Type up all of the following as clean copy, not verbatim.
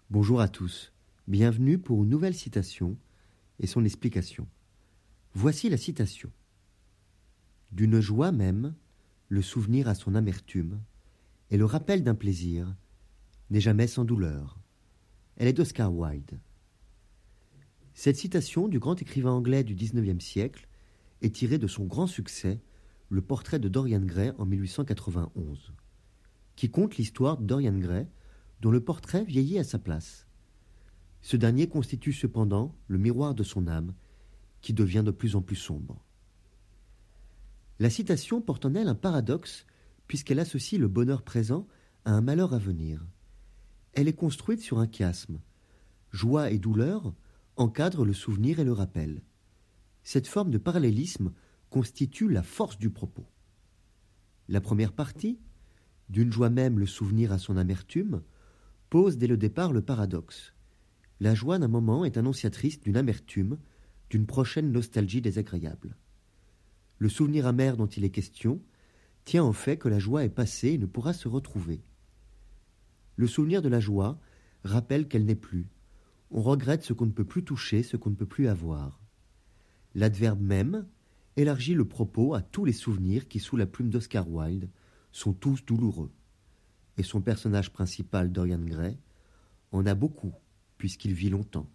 Bonjour à tous, bienvenue pour une nouvelle citation et son explication. Voici la citation. D'une joie même, le souvenir a son amertume, et le rappel d'un plaisir n'est jamais sans douleur. Elle est d'Oscar Wilde. Cette citation du grand écrivain anglais du XIXe siècle est tirée de son grand succès, Le portrait de Dorian Gray en 1891, qui conte l'histoire de Dorian Gray, dont le portrait vieillit à sa place. Ce dernier constitue cependant le miroir de son âme, qui devient de plus en plus sombre. La citation porte en elle un paradoxe, puisqu'elle associe le bonheur présent à un malheur à venir. Elle est construite sur un chiasme. Joie et douleur encadrent le souvenir et le rappel. Cette forme de parallélisme constitue la force du propos. La première partie, d'une joie même le souvenir a son amertume, pose dès le départ le paradoxe. La joie d'un moment est annonciatrice d'une amertume, d'une prochaine nostalgie désagréable. Le souvenir amer dont il est question tient au fait que la joie est passée et ne pourra se retrouver. Le souvenir de la joie rappelle qu'elle n'est plus. On regrette ce qu'on ne peut plus toucher, ce qu'on ne peut plus avoir. L'adverbe même élargit le propos à tous les souvenirs qui, sous la plume d'Oscar Wilde, sont tous douloureux. Et son personnage principal, Dorian Gray, en a beaucoup, puisqu'il vit longtemps.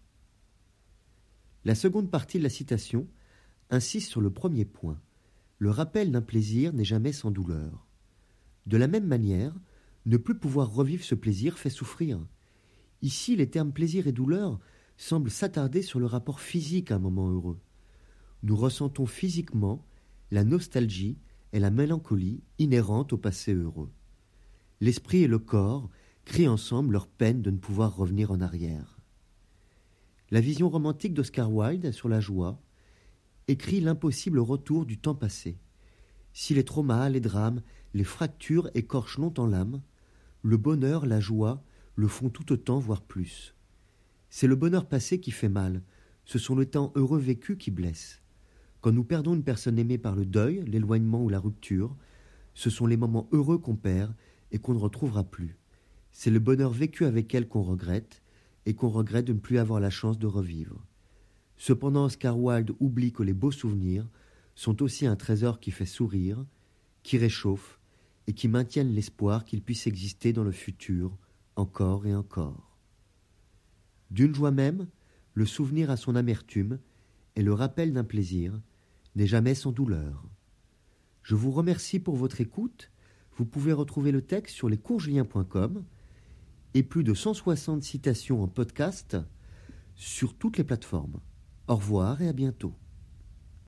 La seconde partie de la citation insiste sur le premier point. Le rappel d'un plaisir n'est jamais sans douleur. De la même manière, ne plus pouvoir revivre ce plaisir fait souffrir. Ici, les termes plaisir et douleur semblent s'attarder sur le rapport physique à un moment heureux. Nous ressentons physiquement la nostalgie et la mélancolie inhérentes au passé heureux. L'esprit et le corps crient ensemble leur peine de ne pouvoir revenir en arrière. La vision romantique d'Oscar Wilde sur la joie écrit l'impossible retour du temps passé. Si les traumas, les drames, les fractures écorchent longtemps l'âme, le bonheur, la joie le font tout autant, voire plus. C'est le bonheur passé qui fait mal, ce sont les temps heureux vécus qui blessent. Quand nous perdons une personne aimée par le deuil, l'éloignement ou la rupture, ce sont les moments heureux qu'on perd et qu'on ne retrouvera plus. C'est le bonheur vécu avec elle qu'on regrette, et qu'on regrette de ne plus avoir la chance de revivre. Cependant, Oscar Wilde oublie que les beaux souvenirs sont aussi un trésor qui fait sourire, qui réchauffe, et qui maintiennent l'espoir qu'il puisse exister dans le futur, encore et encore. D'une joie même, le souvenir a son amertume, et le rappel d'un plaisir n'est jamais sans douleur. Je vous remercie pour votre écoute. Vous pouvez retrouver le texte sur lescoursjulien.com et plus de 160 citations en podcast sur toutes les plateformes. Au revoir et à bientôt.